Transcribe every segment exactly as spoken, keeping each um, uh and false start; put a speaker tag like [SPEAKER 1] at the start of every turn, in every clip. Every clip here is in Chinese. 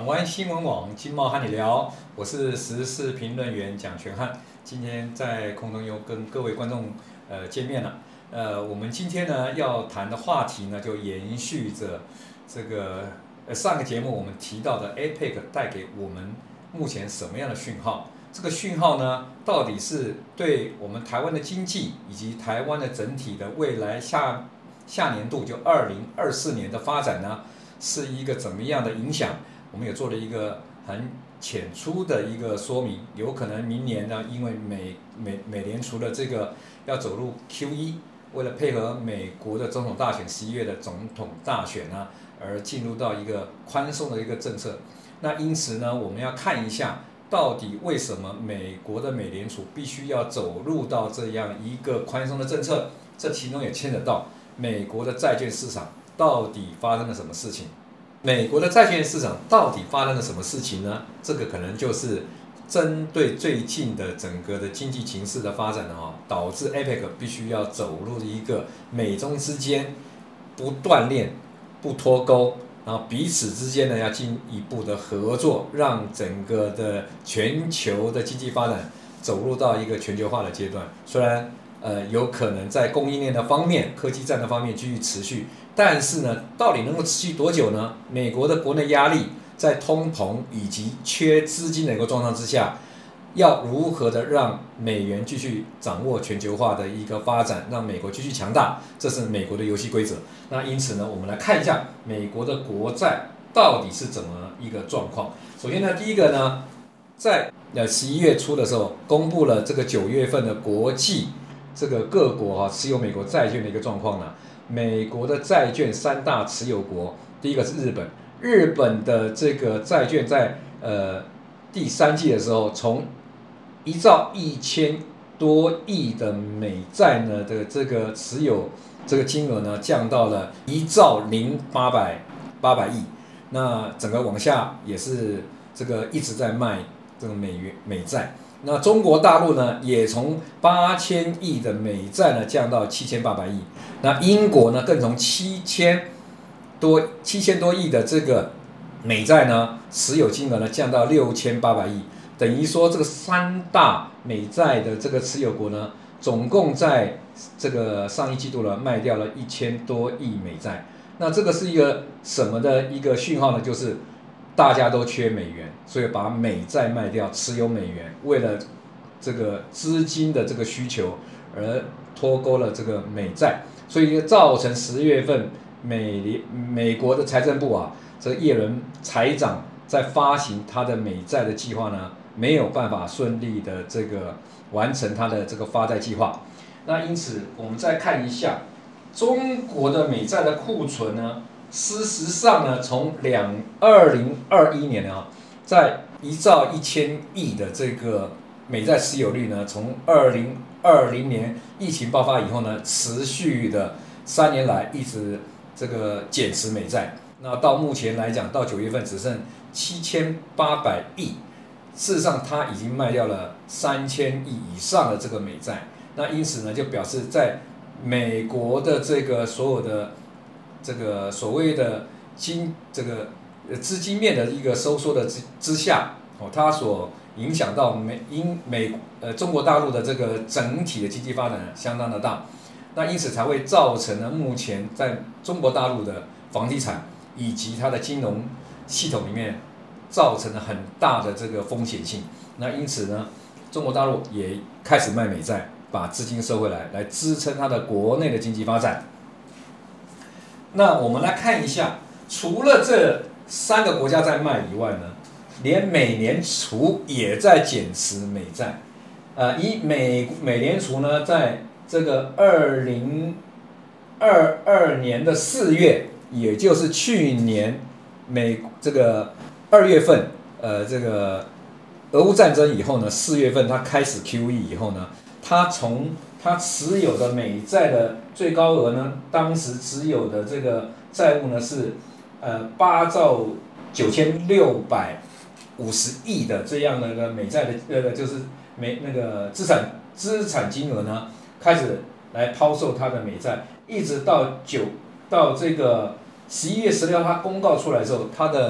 [SPEAKER 1] 湾新闻网经贸和你聊，我是时事评论员蒋全汉。今天在空中又跟各位观众呃见面了。呃，我们今天呢要谈的话题呢，就延续着这个呃上个节目我们提到的 A P E C 带给我们目前什么样的讯号？这个讯号呢，到底是对我们台湾的经济以及台湾的整体的未来下下年度就二零二四年的发展呢，是一个怎么样的影响？我们也做了一个很浅出的一个说明，有可能明年呢，因为美美美联储的这个要走入 Q E， 为了配合美国的总统大选，十一月的总统大选呢，而进入到一个宽松的一个政策。那因此呢，我们要看一下，到底为什么美国的美联储必须要走入到这样一个宽松的政策？这其中也牵扯到美国的债券市场到底发生了什么事情。美国的债券市场到底发生了什么事情呢？这个可能就是针对最近的整个的经济情势的发展啊，导致 A P E C 必须要走入一个美中之间不锻炼、不脱钩，然后彼此之间呢要进一步的合作，让整个的全球的经济发展走入到一个全球化的阶段。虽然呃有可能在供应链的方面、科技战的方面继续持续。但是呢，到底能够持续多久呢？美国的国内压力，在通膨以及缺资金的一个状况之下，要如何的让美元继续掌握全球化的一个发展，让美国继续强大，这是美国的游戏规则。那因此呢，我们来看一下美国的国债到底是怎么一个状况。首先呢，第一个呢，在呃十一月初的时候，公布了这个九月份的国际这个各国啊持有美国债券的一个状况呢。美国的债券三大持有国，第一个是日本，日本的这个债券在呃第三季的时候，从一兆一千多亿的美债呢的这个持有这个金额呢，降到了一兆零八百八百亿，那整个往下也是这个一直在卖这个美元美债。那中国大陆呢，也从八千亿的美债呢降到七千八百亿。那英国呢，更从七千多七千多亿的这个美债呢，持有金额呢降到六千八百亿。等于说，这个三大美债的这个持有国呢，总共在这个上一季度呢卖掉了一千多亿美债。那这个是一个什么的一个讯号呢？就是大家都缺美元，所以把美债卖掉，持有美元，为了这个资金的这个需求而脱钩了这个美债，所以造成十月份美美国的财政部啊，这个耶伦财长在发行他的美债的计划呢，没有办法顺利的这个完成他的这个发债计划。那因此，我们再看一下中国的美债的库存呢。事实上呢，从两二零二一年啊，在一兆一千亿的这个美债持有率呢，从二零二零年疫情爆发以后呢，持续的三年来一直这个减持美债。那到目前来讲，到九月份只剩七千八百亿，事实上它已经卖掉了三千亿以上的这个美债。那因此呢，就表示在美国的这个所有的这个所谓的金这个资金面的一个收缩的之之下，哦，它所影响到美英美呃中国大陆的这个整体的经济发展相当的大，那因此才会造成了目前在中国大陆的房地产以及它的金融系统里面造成了很大的这个风险性。那因此呢，中国大陆也开始卖美债，把资金收回来，来支撑它的国内的经济发展。那我们来看一下，除了这三个国家在卖以外呢，连美联储也在减持美债。呃，以美美联储呢，在这个二零二二年的四月，也就是去年美这个二月份，呃，这个俄乌战争以后呢，四月份它开始 Q E 以后呢，它从它持有的美债的最高额呢，当时持有的这个债务呢是呃八兆九千六百五十亿的这样的一个美债的呃就是美那个资产资产金额呢，开始来抛售它的美债，一直到九到这个十一月十六号它公告出来之后，它的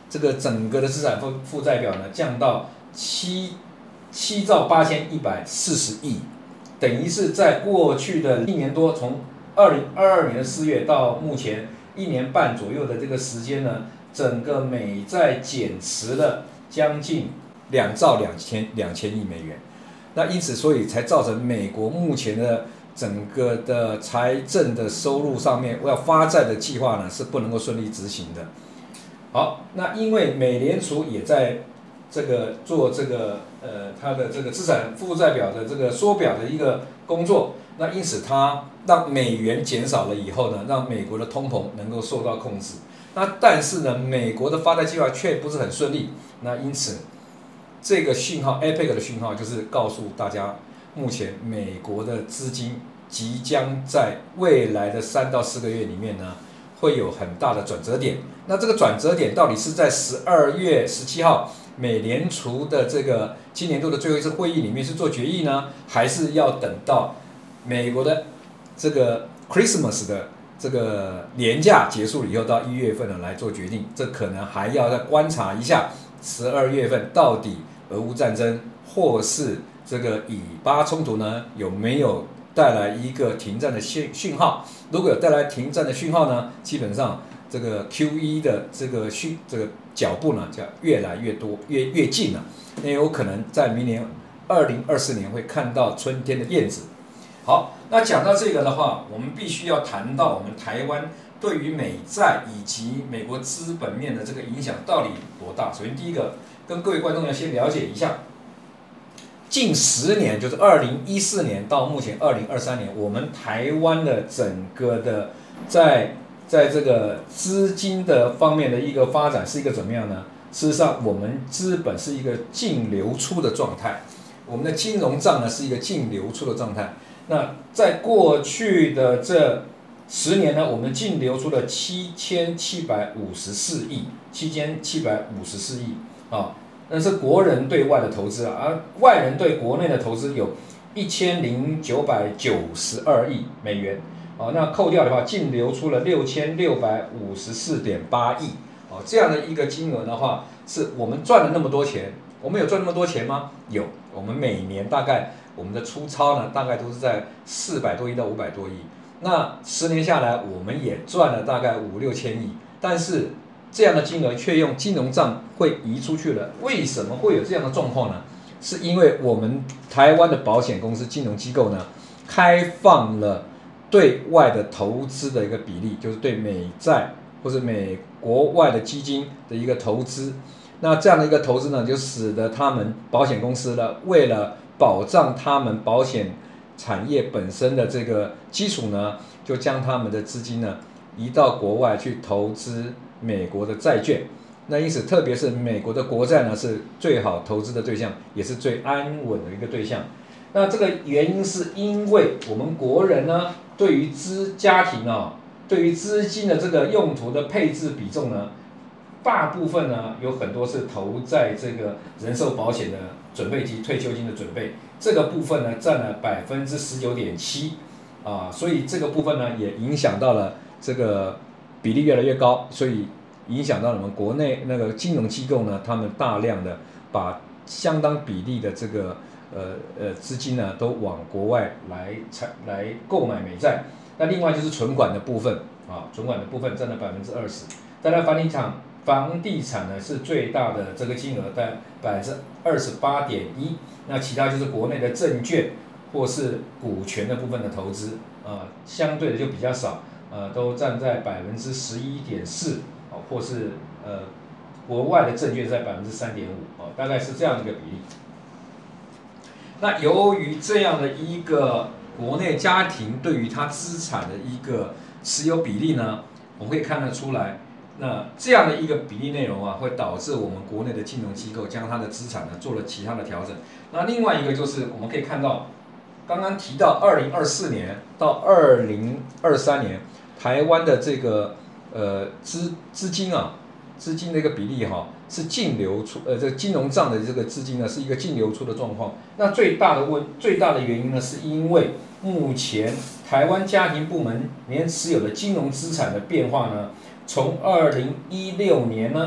[SPEAKER 1] 这个整个的资产负负债表呢降到七七兆八千一百四十亿，等于是在过去的一年多，从二零二二年的四月到目前一年半左右的这个时间呢，整个美债减持了将近两兆两千两千亿美元。那因此，所以才造成美国目前的整个的财政的收入上面，要发债的计划呢是不能够顺利执行的。好，那因为美联储也在这个做这个呃它的这个资产负债表的这个缩表的一个工作，那因此它让美元减少了以后呢，让美国的通膨能够受到控制。那但是呢，美国的发债计划却不是很顺利。那因此，这个讯号 A P E C 的讯号就是告诉大家，目前美国的资金即将在未来的三到四个月里面呢，会有很大的转折点。那这个转折点到底是在十二月十七号美联储的这个今年度的最后一次会议里面是做决议呢，还是要等到美国的这个 Christmas 的这个年假结束了以后，到一月份呢来做决定？这可能还要再观察一下十二月份到底俄乌战争或是这个以巴冲突呢有没有带来一个停战的讯讯号？如果有带来停战的讯号呢，基本上这个 Q E 的这个讯这个脚步呢，就越来越多，越越近了。那有可能在明年二零二四年会看到春天的燕子。好，那讲到这个的话，我们必须要谈到我们台湾对于美债以及美国资本面的这个影响到底多大。首先，第一个，跟各位观众要先了解一下。近十年，就是二零一四年到目前二零二三年，我们台湾的整个的在在这个资金的方面的一个发展是一个怎么样呢？事实上，我们资本是一个净流出的状态，我们的金融账呢是一个净流出的状态。那在过去的这十年呢，我们净流出了七千七百五十四亿，七千七百五十四亿啊。那是国人对外的投资啊，而外人对国内的投资有一千零九百九十二亿美元啊。那扣掉的话，净流出了六千六百五十四点八亿哦，这样的一个金额的话，是我们赚了那么多钱。我们有赚那么多钱吗？有，我们每年大概我们的出超呢，大概都是在四百多亿到五百多亿。那十年下来，我们也赚了大概五六千亿，但是这样的金额却用金融账会移出去了。为什么会有这样的状况呢？是因为我们台湾的保险公司、金融机构呢，开放了对外的投资的一个比例，就是对美债或者美国外的基金的一个投资。那这样的一个投资呢，就使得他们保险公司呢，为了保障他们保险产业本身的这个基础呢，就将他们的资金呢移到国外去投资美国的债券。那因此，特别是美国的国债呢，是最好投资的对象，也是最安稳的一个对象。那这个原因是因为我们国人呢，对于资家庭啊，对于资金的这个用途的配置比重呢，大部分呢有很多是投在这个人寿保险的准备及退休金的准备，这个部分呢占了百分之十九点七啊，所以这个部分呢也影响到了这个比例越来越高，所以影响到我们国内那个金融机构呢，他们大量的把相当比例的这个呃呃资金呢都往国外来来购买美债。那另外就是存款的部分啊，存款的部分占了百分之二十。当然，房地产房地产呢是最大的这个金额，在百分之二十八点一。那其他就是国内的证券或是股权的部分的投资啊，相对的就比较少，呃，都占在百分之十一点四，哦，或是呃国外的证券在百分之三点五，哦，大概是这样一个比例。那由于这样的一个国内家庭对于它资产的一个持有比例呢，我们可以看得出来。那这样的一个比例内容啊，会导致我们国内的金融机构将它的资产呢做了其他的调整。那另外一个就是我们可以看到，刚刚提到二零二四年到二零二三年，台湾的这个呃资资金啊，资金的一个比例哈、啊、是净流出，呃这个金融账的这个资金呢是一个净流出的状况。那最大的问最大的原因呢，是因为目前台湾家庭部门年持有的金融资产的变化呢。从二零一六年呢，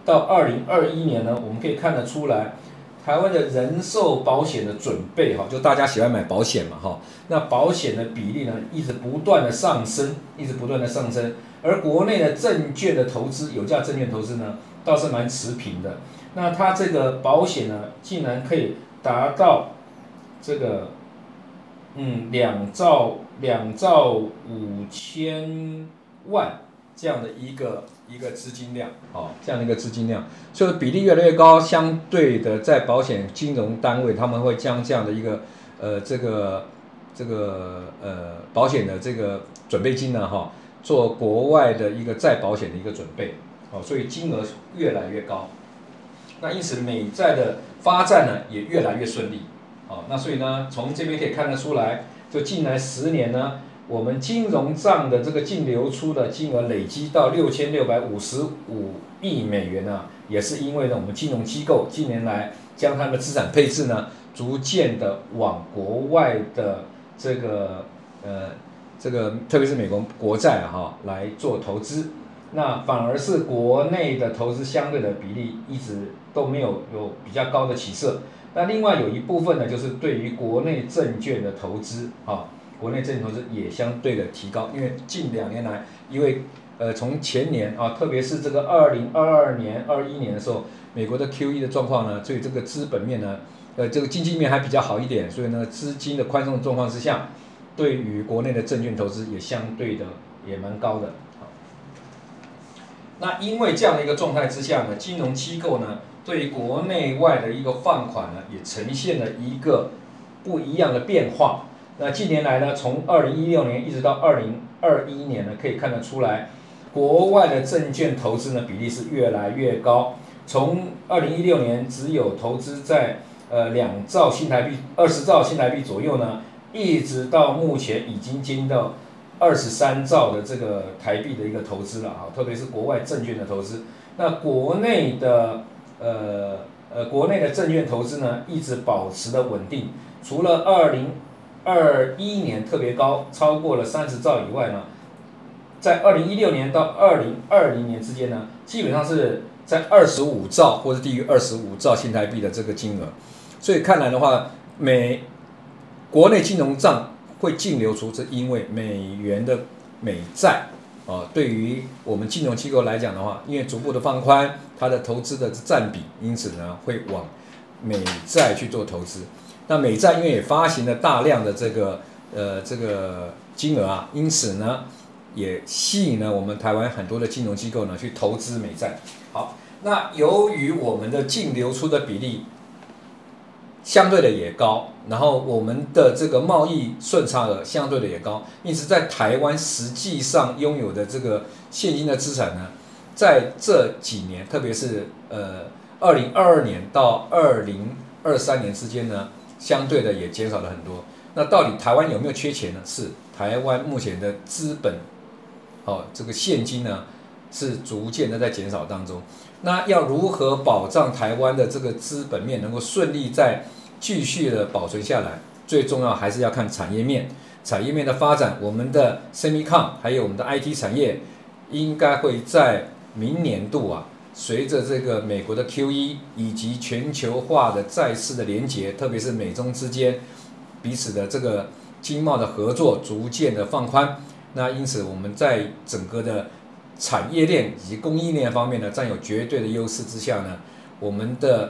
[SPEAKER 2] 到二零二一年呢，我们可以看得出来，台湾的人寿保险的准备哈，就大家喜欢买保险嘛哈，那保险的比例呢一直不断的上升，一直不断的上升，而国内的证券的投资，有价证券投资呢倒是蛮持平的。那它这个保险呢，竟然可以达到这个嗯两兆两兆五千万这样的一个一个资金量，哦，这样的一个资金量，所以比例越来越高，相对的在保险金融单位他们会将这样的一个呃这个这个呃保险的这个准备金呢哈、哦，做国外的一个再保险的一个准备，哦，所以金额越来越高，那因此美债的发展呢也越来越顺利，哦，那所以呢从这边可以看得出来，就近来十年呢。我们金融账的这个净流出的金额累积到六千六百五十五亿美元啊，也是因为呢，我们金融机构近年来将他们的资产配置呢，逐渐的往国外的这个呃这个特别是美国国债啊哈来做投资，那反而是国内的投资相对的比例一直都没有有比较高的起色。那另外有一部分呢，就是对于国内证券的投资啊。国内证券投资也相对的提高，因为近两年来，因为呃从前年啊，特别是这个二零二二年、二一年的时候，美国的 Q E 的状况呢，所以这个资本面呢，呃这个经济面还比较好一点，所以呢资金的宽松的状况之下，对于国内的证券投资也相对的也蛮高的。好，那因为这样的一个状态之下呢，金融机构呢对国内外的一个放款呢，也呈现了一个不一样的变化。那近年来呢，从二零一六年一直到二零二一年呢，可以看得出来，国外的证券投资呢比例是越来越高。从二零一六年只有投资在呃两兆新台币、二十兆新台币左右呢，一直到目前已经进到二十三兆的这个台币的一个投资了啊，特别是国外证券的投资。那国内的呃呃国内的证券投资呢，一直保持的稳定，除了二零二一年特别高，超过了三十兆以外呢，在二零一六年到二零二零年之间呢，基本上是在二十五兆或者低于二十五兆新台币的这个金额，所以看来的话，美国内金融账会净流出，是因为美元的美债啊，对于我们金融机构来讲的话，因为逐步的放宽它的投资的占比，因此呢会往美债去做投资。那美债因为也发行了大量的这个呃这个金额啊，因此呢也吸引了我们台湾很多的金融机构呢去投资美债。好，那由于我们的净流出的比例相对的也高，然后我们的这个贸易顺差额相对的也高，因此在台湾实际上拥有的这个现金的资产呢，在这几年，特别是呃二零二二年到二零二三年之间呢，相对的也减少了很多。那到底台湾有没有缺钱呢？是台湾目前的资本，哦，这个现金呢是逐渐的在减少当中。那要如何保障台湾的这个资本面能够顺利再继续的保存下来？最重要还是要看产业面，产业面的发展，我们的 Semicon 还有我们的 I T 产业，应该会在明年度啊。随着这个美国的 Q E 以及全球化的再次的连结，特别是美中之间彼此的这个经贸的合作逐渐的放宽，那因此我们在整个的产业链以及供应链方面呢，占有绝对的优势之下呢，我们的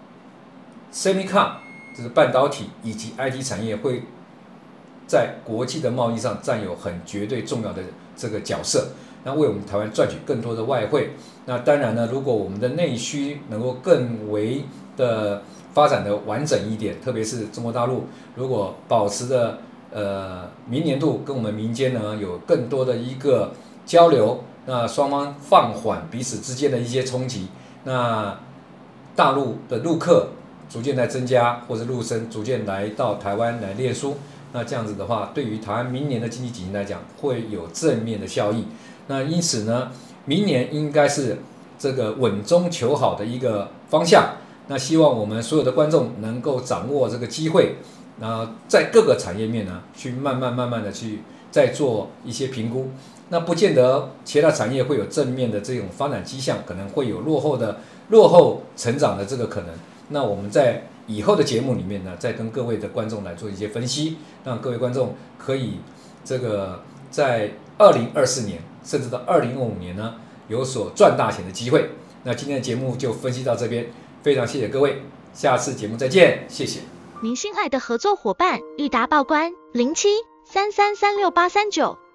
[SPEAKER 2] Semicon 就是半导体以及 I T 产业会在国际的贸易上占有很绝对重要的这个角色。那为我们台湾赚取更多的外汇，那当然呢，如果我们的内需能够更为的发展的完整一点，特别是中国大陆如果保持的呃明年度跟我们民间呢有更多的一个交流，那双方放缓彼此之间的一些冲击，那大陆的陆客逐渐在增加，或者陆生逐渐来到台湾来念书，那这样子的话，对于台湾明年的经济景气来讲，会有正面的效益。那因此呢，明年应该是这个稳中求好的一个方向。那希望我们所有的观众能够掌握这个机会，那在各个产业面呢，去慢慢慢慢的去
[SPEAKER 1] 再做一些评估。那不见得其他产业会有正面的这种发展迹象，可能会有落后的落后成长的这个可能。那我们在以后的节目里面呢，再跟各位的观众来做一些分析，让各位观众可以这个在二零二四年甚至到二零二五年呢有所赚大钱的机会。那今天的节目就分析到这边，非常谢谢各位，下次节目再见，谢谢。
[SPEAKER 3] 您心爱的合作伙伴裕达报关零七三三三六八三九。